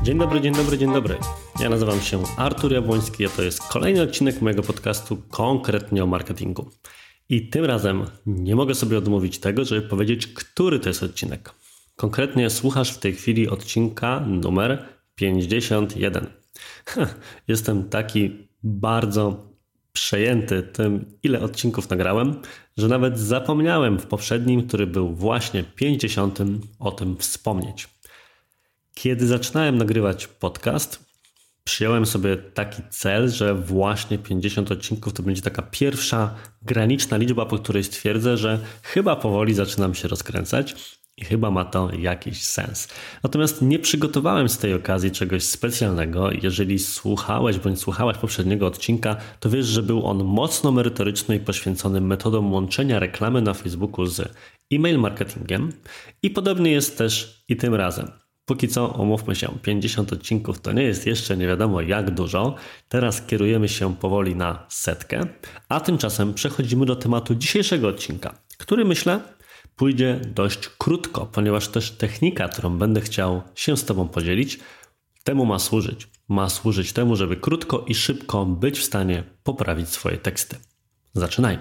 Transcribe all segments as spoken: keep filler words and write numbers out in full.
Dzień dobry, dzień dobry, dzień dobry. Ja nazywam się Artur Jabłoński, a to jest kolejny odcinek mojego podcastu konkretnie o marketingu. I tym razem nie mogę sobie odmówić tego, żeby powiedzieć, który to jest odcinek. Konkretnie słuchasz w tej chwili odcinka numer pięćdziesiąt jeden. Jestem taki bardzo przejęty tym, ile odcinków nagrałem, że nawet zapomniałem w poprzednim, który był właśnie pięćdziesiątym, o tym wspomnieć. Kiedy zaczynałem nagrywać podcast, przyjąłem sobie taki cel, że właśnie pięćdziesiąt odcinków to będzie taka pierwsza graniczna liczba, po której stwierdzę, że chyba powoli zaczynam się rozkręcać i chyba ma to jakiś sens. Natomiast nie przygotowałem z tej okazji czegoś specjalnego. Jeżeli słuchałeś bądź słuchałaś poprzedniego odcinka, to wiesz, że był on mocno merytoryczny i poświęcony metodom łączenia reklamy na Facebooku z e-mail marketingiem i podobnie jest też i tym razem. Póki co, umówmy się, pięćdziesiąt odcinków to nie jest jeszcze nie wiadomo jak dużo. Teraz kierujemy się powoli na setkę, a tymczasem przechodzimy do tematu dzisiejszego odcinka, który myślę pójdzie dość krótko, ponieważ też technika, którą będę chciał się z Tobą podzielić, temu ma służyć. Ma służyć temu, żeby krótko i szybko być w stanie poprawić swoje teksty. Zaczynajmy.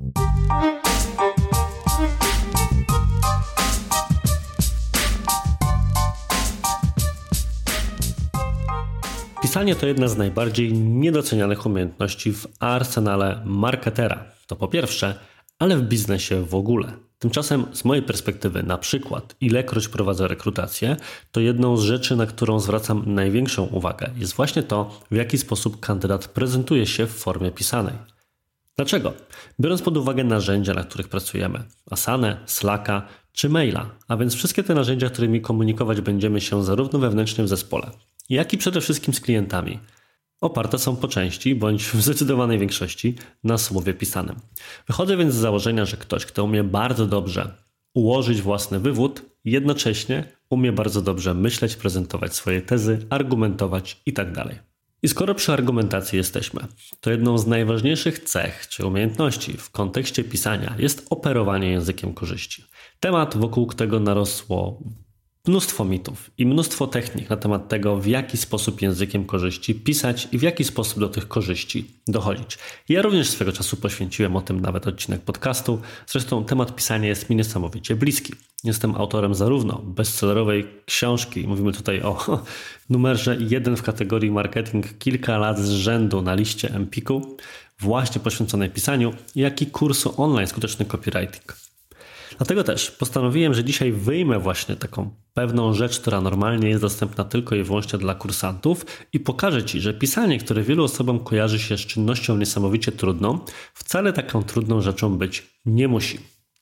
Pisanie to jedna z najbardziej niedocenianych umiejętności w arsenale marketera. To po pierwsze, ale w biznesie w ogóle. Tymczasem z mojej perspektywy, na przykład, ilekroć prowadzę rekrutację, to jedną z rzeczy, na którą zwracam największą uwagę, jest właśnie to, w jaki sposób kandydat prezentuje się w formie pisanej. Dlaczego? Biorąc pod uwagę narzędzia, na których pracujemy, Asanę, Slacka czy maila, a więc wszystkie te narzędzia, którymi komunikować będziemy się zarówno wewnętrznie w zespole, jak i przede wszystkim z klientami, oparte są po części, bądź w zdecydowanej większości, na słowie pisanym. Wychodzę więc z założenia, że ktoś, kto umie bardzo dobrze ułożyć własny wywód, jednocześnie umie bardzo dobrze myśleć, prezentować swoje tezy, argumentować itd. I skoro przy argumentacji jesteśmy, to jedną z najważniejszych cech czy umiejętności w kontekście pisania jest operowanie językiem korzyści. Temat, wokół którego narosło mnóstwo mitów i mnóstwo technik na temat tego, w jaki sposób językiem korzyści pisać i w jaki sposób do tych korzyści dochodzić. Ja również swego czasu poświęciłem o tym nawet odcinek podcastu. Zresztą temat pisania jest mi niesamowicie bliski. Jestem autorem zarówno bestsellerowej książki, mówimy tutaj o numerze jeden w kategorii marketing, kilka lat z rzędu na liście Empiku, właśnie poświęconej pisaniu, jak i kursu online Skuteczny Copywriting. Dlatego też postanowiłem, że dzisiaj wyjmę właśnie taką pewną rzecz, która normalnie jest dostępna tylko i wyłącznie dla kursantów i pokażę Ci, że pisanie, które wielu osobom kojarzy się z czynnością niesamowicie trudną, wcale taką trudną rzeczą być nie musi.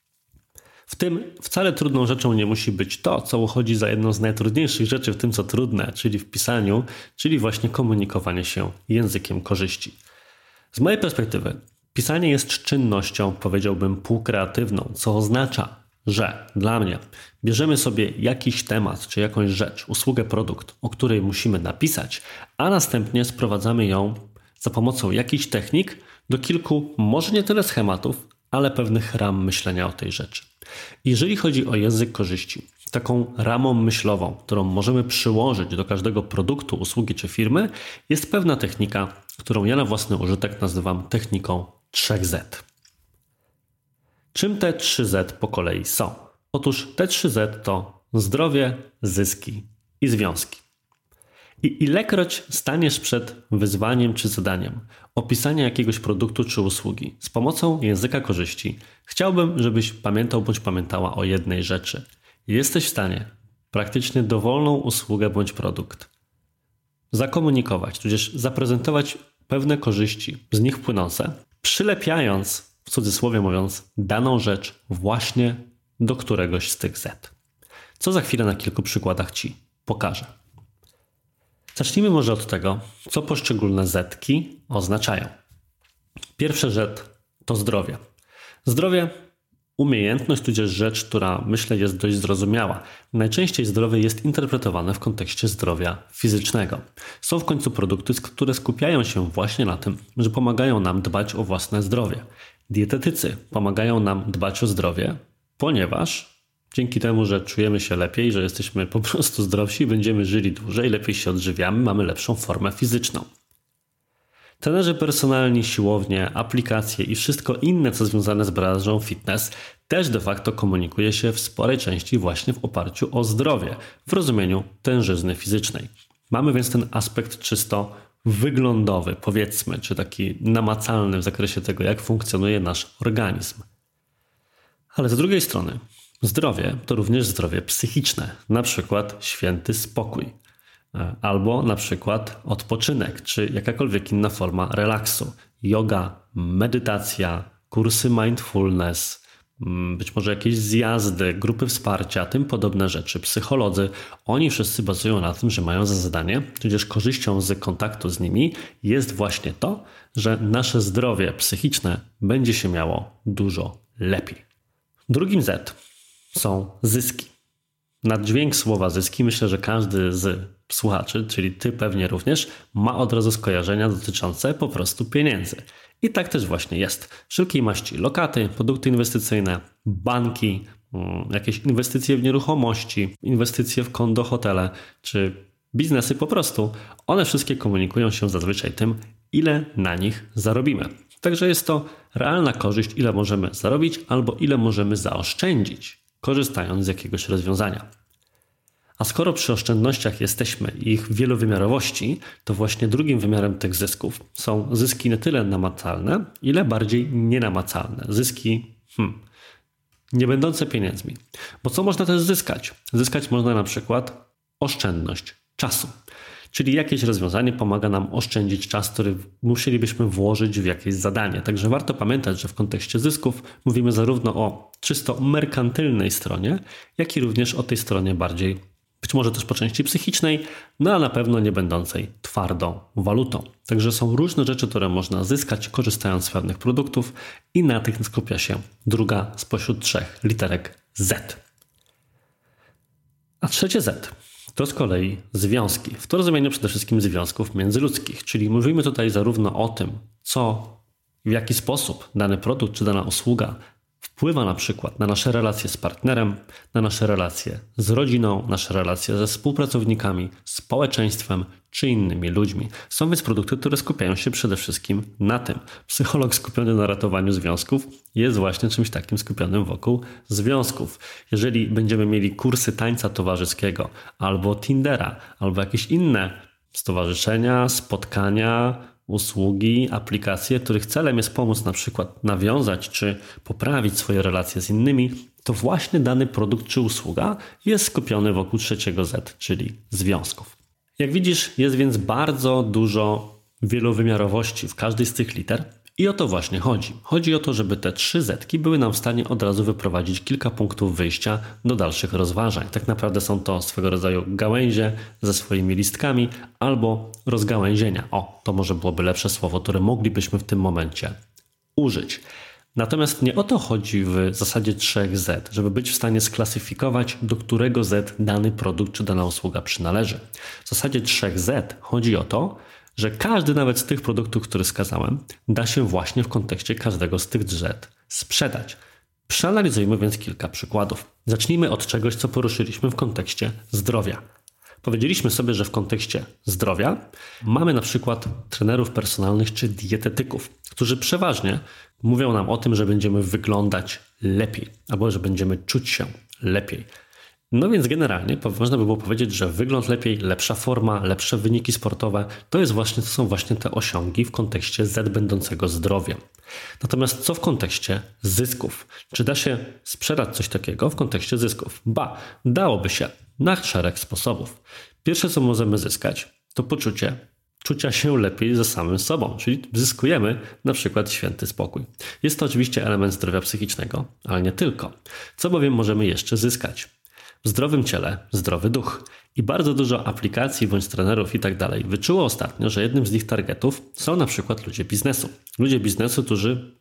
W tym wcale trudną rzeczą nie musi być to, co uchodzi za jedną z najtrudniejszych rzeczy w tym, co trudne, czyli w pisaniu, czyli właśnie komunikowanie się językiem korzyści. Z mojej perspektywy pisanie jest czynnością, powiedziałbym, półkreatywną, co oznacza, że dla mnie bierzemy sobie jakiś temat, czy jakąś rzecz, usługę, produkt, o której musimy napisać, a następnie sprowadzamy ją za pomocą jakichś technik do kilku, może nie tyle schematów, ale pewnych ram myślenia o tej rzeczy. Jeżeli chodzi o język korzyści, taką ramą myślową, którą możemy przyłożyć do każdego produktu, usługi czy firmy, jest pewna technika, którą ja na własny użytek nazywam techniką trzy zet. Czym te trzy zet po kolei są? Otóż te trzy zet to zdrowie, zyski i związki. I ilekroć staniesz przed wyzwaniem czy zadaniem opisania jakiegoś produktu czy usługi z pomocą języka korzyści, chciałbym, żebyś pamiętał bądź pamiętała o jednej rzeczy. Jesteś w stanie praktycznie dowolną usługę bądź produkt zakomunikować, tudzież zaprezentować pewne korzyści z nich płynące, przylepiając, w cudzysłowie mówiąc, daną rzecz właśnie do któregoś z tych Z. Co za chwilę na kilku przykładach Ci pokażę. Zacznijmy może od tego, co poszczególne zetki oznaczają. Pierwsze Z to zdrowie. Zdrowie, umiejętność, tudzież rzecz, która myślę jest dość zrozumiała. Najczęściej zdrowie jest interpretowane w kontekście zdrowia fizycznego. Są w końcu produkty, które skupiają się właśnie na tym, że pomagają nam dbać o własne zdrowie. Dietetycy pomagają nam dbać o zdrowie, ponieważ Dzięki temu, że czujemy się lepiej, że jesteśmy po prostu zdrowsi, będziemy żyli dłużej, lepiej się odżywiamy, mamy lepszą formę fizyczną. Trenerzy personalni, siłownie, aplikacje i wszystko inne, co związane z branżą fitness, też de facto komunikuje się w sporej części właśnie w oparciu o zdrowie, w rozumieniu tężyzny fizycznej. Mamy więc ten aspekt czysto wyglądowy, powiedzmy, czy taki namacalny w zakresie tego, jak funkcjonuje nasz organizm. Ale z drugiej strony, zdrowie to również zdrowie psychiczne, na przykład święty spokój, albo na przykład odpoczynek, czy jakakolwiek inna forma relaksu, yoga, medytacja, kursy mindfulness, być może jakieś zjazdy, grupy wsparcia, tym podobne rzeczy, psycholodzy. Oni wszyscy bazują na tym, że mają za zadanie, tudzież korzyścią z kontaktu z nimi jest właśnie to, że nasze zdrowie psychiczne będzie się miało dużo lepiej. Drugim Z są zyski. Na dźwięk słowa zyski myślę, że każdy z słuchaczy, czyli ty pewnie również, ma od razu skojarzenia dotyczące po prostu pieniędzy. I tak też właśnie jest. Wszelkiej maści lokaty, produkty inwestycyjne, banki, jakieś inwestycje w nieruchomości, inwestycje w kondo, hotele, czy biznesy po prostu. One wszystkie komunikują się zazwyczaj tym, ile na nich zarobimy. Także jest to realna korzyść, ile możemy zarobić albo ile możemy zaoszczędzić, korzystając z jakiegoś rozwiązania. A skoro przy oszczędnościach jesteśmy i ich wielowymiarowości, to właśnie drugim wymiarem tych zysków są zyski nie tyle namacalne, ile bardziej nienamacalne. Zyski hmm, nie będące pieniędzmi. Bo co można też zyskać? Zyskać można na przykład oszczędność czasu. Czyli jakieś rozwiązanie pomaga nam oszczędzić czas, który musielibyśmy włożyć w jakieś zadanie. Także warto pamiętać, że w kontekście zysków mówimy zarówno o czysto merkantylnej stronie, jak i również o tej stronie bardziej, być może też po części psychicznej, no a na pewno nie będącej twardą walutą. Także są różne rzeczy, które można zyskać, korzystając z pewnych produktów i na tych skupia się druga spośród trzech literek Z. A trzecie Z to z kolei związki. W to rozumieniu przede wszystkim związków międzyludzkich, czyli mówimy tutaj zarówno o tym, co, w jaki sposób dany produkt czy dana usługa wpływa na przykład na nasze relacje z partnerem, na nasze relacje z rodziną, nasze relacje ze współpracownikami, społeczeństwem czy innymi ludźmi. Są więc produkty, które skupiają się przede wszystkim na tym. Psycholog skupiony na ratowaniu związków jest właśnie czymś takim skupionym wokół związków. Jeżeli będziemy mieli kursy tańca towarzyskiego albo Tindera, albo jakieś inne stowarzyszenia, spotkania, usługi, aplikacje, których celem jest pomóc na przykład nawiązać czy poprawić swoje relacje z innymi, to właśnie dany produkt czy usługa jest skupiony wokół trzeciego Z, czyli związków. Jak widzisz, jest więc bardzo dużo wielowymiarowości w każdej z tych liter i o to właśnie chodzi. Chodzi o to, żeby te trzy zetki były nam w stanie od razu wyprowadzić kilka punktów wyjścia do dalszych rozważań. Tak naprawdę są to swego rodzaju gałęzie ze swoimi listkami albo rozgałęzienia. O, to może byłoby lepsze słowo, które moglibyśmy w tym momencie użyć. Natomiast nie o to chodzi w zasadzie trzech Z, żeby być w stanie sklasyfikować, do którego Z dany produkt czy dana usługa przynależy. W zasadzie trzech Z chodzi o to, że każdy nawet z tych produktów, które wskazałem, da się właśnie w kontekście każdego z tych Z sprzedać. Przeanalizujmy więc kilka przykładów. Zacznijmy od czegoś, co poruszyliśmy w kontekście zdrowia. Powiedzieliśmy sobie, że w kontekście zdrowia mamy na przykład trenerów personalnych czy dietetyków, którzy przeważnie mówią nam o tym, że będziemy wyglądać lepiej albo że będziemy czuć się lepiej. No więc generalnie można by było powiedzieć, że wygląd lepiej, lepsza forma, lepsze wyniki sportowe to, jest właśnie, to są właśnie te osiągi w kontekście Z będącego zdrowiem. Natomiast co w kontekście zysków? Czy da się sprzedać coś takiego w kontekście zysków? Ba, dałoby się na szereg sposobów. Pierwsze, co możemy zyskać, to poczucie czucia się lepiej ze samym sobą, czyli zyskujemy na przykład święty spokój. Jest to oczywiście element zdrowia psychicznego, ale nie tylko. Co bowiem możemy jeszcze zyskać? W zdrowym ciele zdrowy duch. I bardzo dużo aplikacji bądź trenerów i tak dalej wyczuło ostatnio, że jednym z ich targetów są na przykład ludzie biznesu. Ludzie biznesu, którzy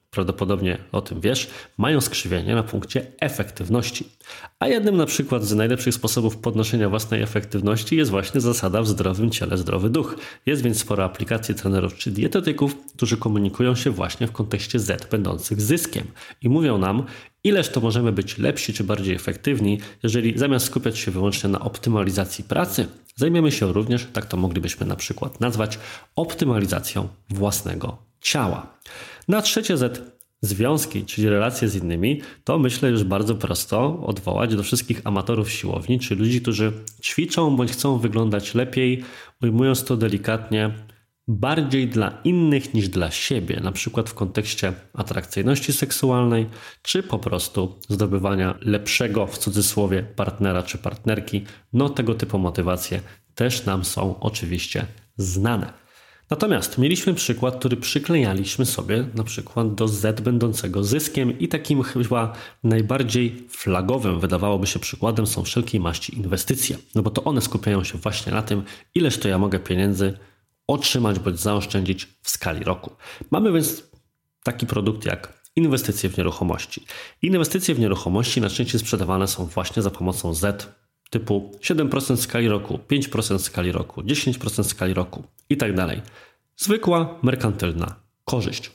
prawdopodobnie o tym wiesz, mają skrzywienie na punkcie efektywności. A jednym na przykład z najlepszych sposobów podnoszenia własnej efektywności jest właśnie zasada w zdrowym ciele, zdrowy duch. Jest więc sporo aplikacji trenerów czy dietetyków, którzy komunikują się właśnie w kontekście Z będących zyskiem i mówią nam, ileż to możemy być lepsi czy bardziej efektywni, jeżeli zamiast skupiać się wyłącznie na optymalizacji pracy, zajmiemy się również, tak to moglibyśmy na przykład nazwać, optymalizacją własnego ciała. Na trzecie Z, związki, czyli relacje z innymi, to myślę już bardzo prosto odwołać do wszystkich amatorów siłowni, czy ludzi, którzy ćwiczą bądź chcą wyglądać lepiej, ujmując to delikatnie, bardziej dla innych niż dla siebie, na przykład w kontekście atrakcyjności seksualnej, czy po prostu zdobywania lepszego, w cudzysłowie, partnera czy partnerki. No tego typu motywacje też nam są oczywiście znane. Natomiast mieliśmy przykład, który przyklejaliśmy sobie na przykład do Z będącego zyskiem i takim chyba najbardziej flagowym, wydawałoby się, przykładem są wszelkiej maści inwestycje. No bo to one skupiają się właśnie na tym, ileż to ja mogę pieniędzy otrzymać bądź zaoszczędzić w skali roku. Mamy więc taki produkt jak inwestycje w nieruchomości. Inwestycje w nieruchomości najczęściej sprzedawane są właśnie za pomocą Z typu siedem procent w skali roku, pięć procent w skali roku, dziesięć procent w skali roku i tak dalej. Zwykła, merkantylna korzyść.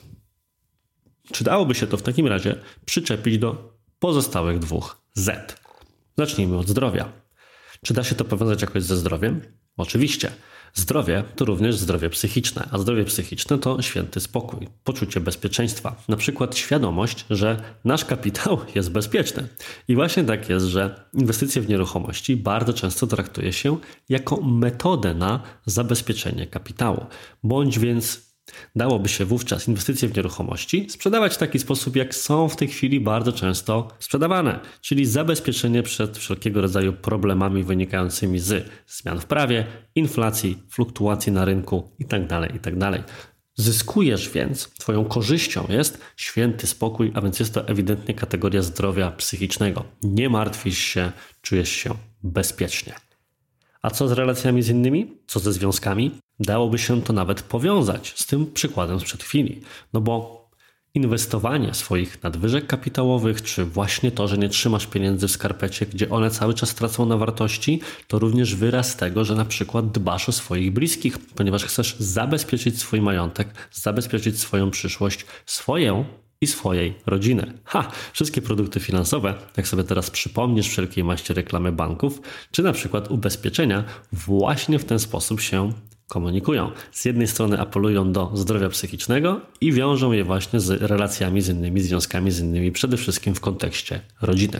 Czy dałoby się to w takim razie przyczepić do pozostałych dwóch Z? Zacznijmy od zdrowia. Czy da się to powiązać jakoś ze zdrowiem? Oczywiście. Zdrowie to również zdrowie psychiczne, a zdrowie psychiczne to święty spokój, poczucie bezpieczeństwa. Na przykład świadomość, że nasz kapitał jest bezpieczny. I właśnie tak jest, że inwestycje w nieruchomości bardzo często traktuje się jako metodę na zabezpieczenie kapitału. Bądź więc dałoby się wówczas inwestycje w nieruchomości sprzedawać w taki sposób, jak są w tej chwili bardzo często sprzedawane, czyli zabezpieczenie przed wszelkiego rodzaju problemami wynikającymi z zmian w prawie, inflacji, fluktuacji na rynku itd., itd. Zyskujesz więc, twoją korzyścią jest święty spokój, a więc jest to ewidentnie kategoria zdrowia psychicznego. Nie martwisz się, czujesz się bezpiecznie. A co z relacjami z innymi? Co ze związkami? Dałoby się to nawet powiązać z tym przykładem sprzed chwili. No bo inwestowanie swoich nadwyżek kapitałowych, czy właśnie to, że nie trzymasz pieniędzy w skarpecie, gdzie one cały czas tracą na wartości, to również wyraz tego, że na przykład dbasz o swoich bliskich, ponieważ chcesz zabezpieczyć swój majątek, zabezpieczyć swoją przyszłość, swoją i swojej rodziny. Ha! Wszystkie produkty finansowe, jak sobie teraz przypomnisz wszelkiej maści reklamy banków, czy na przykład ubezpieczenia, właśnie w ten sposób się komunikują. Z jednej strony apelują do zdrowia psychicznego i wiążą je właśnie z relacjami z innymi, związkami z innymi, przede wszystkim w kontekście rodziny.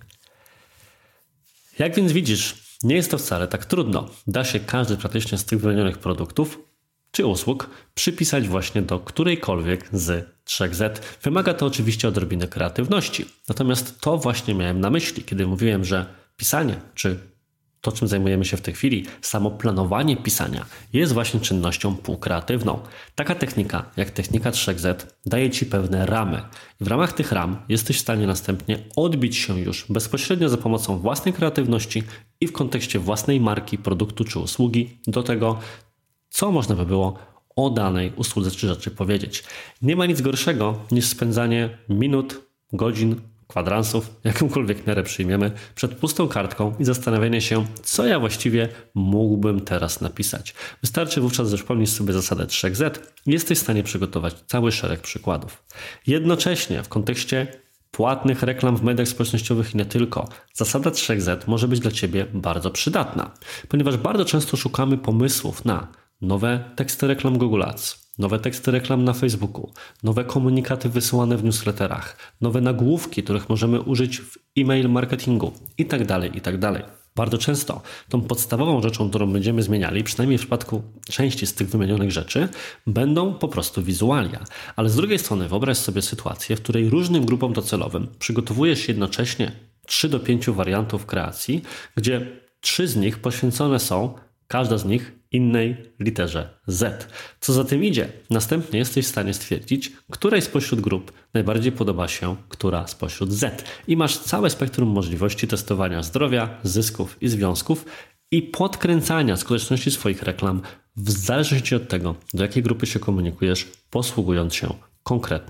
Jak więc widzisz, nie jest to wcale tak trudno. Da się każdy praktycznie z tych wymienionych produktów czy usług przypisać właśnie do którejkolwiek z trzech Z. Wymaga to oczywiście odrobiny kreatywności. Natomiast to właśnie miałem na myśli, kiedy mówiłem, że pisanie, czy to, czym zajmujemy się w tej chwili, samo planowanie pisania jest właśnie czynnością półkreatywną. Taka technika, jak technika trzech Z, daje Ci pewne ramy. I w ramach tych ram jesteś w stanie następnie odbić się już bezpośrednio za pomocą własnej kreatywności i w kontekście własnej marki, produktu czy usługi do tego, co można by było o danej usłudze czy rzeczy powiedzieć. Nie ma nic gorszego niż spędzanie minut, godzin, kwadransów, jakąkolwiek miarę przyjmiemy, przed pustą kartką i zastanawianie się, co ja właściwie mógłbym teraz napisać. Wystarczy wówczas, że przypomnisz sobie zasadę trzech Z i jesteś w stanie przygotować cały szereg przykładów. Jednocześnie w kontekście płatnych reklam w mediach społecznościowych i nie tylko, zasada trzech Z może być dla Ciebie bardzo przydatna, ponieważ bardzo często szukamy pomysłów na nowe teksty reklam Google Ads, nowe teksty reklam na Facebooku, nowe komunikaty wysyłane w newsletterach, nowe nagłówki, których możemy użyć w e-mail marketingu itd., itd. Bardzo często tą podstawową rzeczą, którą będziemy zmieniali, przynajmniej w przypadku części z tych wymienionych rzeczy, będą po prostu wizualia. Ale z drugiej strony wyobraź sobie sytuację, w której różnym grupom docelowym przygotowujesz jednocześnie trzy do pięciu wariantów kreacji, gdzie trzy z nich poświęcone są, każda z nich innej literze Z. Co za tym idzie, następnie jesteś w stanie stwierdzić, której spośród grup najbardziej podoba się która spośród Z. I masz całe spektrum możliwości testowania zdrowia, zysków i związków i podkręcania skuteczności swoich reklam w zależności od tego, do jakiej grupy się komunikujesz, posługując się konkretną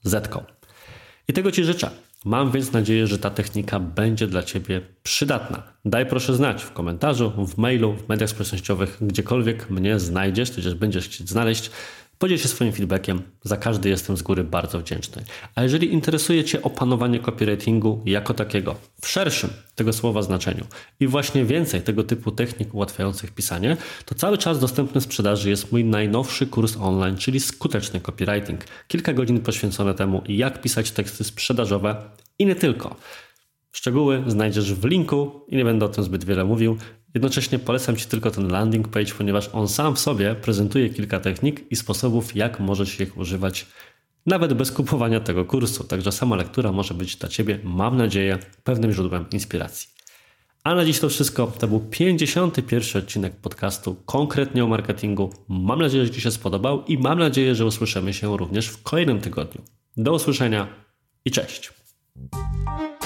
zetką. I tego Ci życzę. Mam więc nadzieję, że ta technika będzie dla Ciebie przydatna. Daj proszę znać w komentarzu, w mailu, w mediach społecznościowych, gdziekolwiek mnie znajdziesz, tudzież będziesz chcieć znaleźć. Podziel się swoim feedbackiem. Za każdy jestem z góry bardzo wdzięczny. A jeżeli interesuje Cię opanowanie copywritingu jako takiego, w szerszym tego słowa znaczeniu i właśnie więcej tego typu technik ułatwiających pisanie, to cały czas dostępny w sprzedaży jest mój najnowszy kurs online, czyli Skuteczny Copywriting. Kilka godzin poświęcone temu, jak pisać teksty sprzedażowe i nie tylko. Szczegóły znajdziesz w linku i nie będę o tym zbyt wiele mówił. Jednocześnie polecam Ci tylko ten landing page, ponieważ on sam w sobie prezentuje kilka technik i sposobów, jak możesz ich używać nawet bez kupowania tego kursu. Także sama lektura może być dla Ciebie, mam nadzieję, pewnym źródłem inspiracji. A na dziś to wszystko. To był pięćdziesiąty pierwszy odcinek podcastu konkretnie o marketingu. Mam nadzieję, że Ci się spodobał i mam nadzieję, że usłyszymy się również w kolejnym tygodniu. Do usłyszenia i cześć!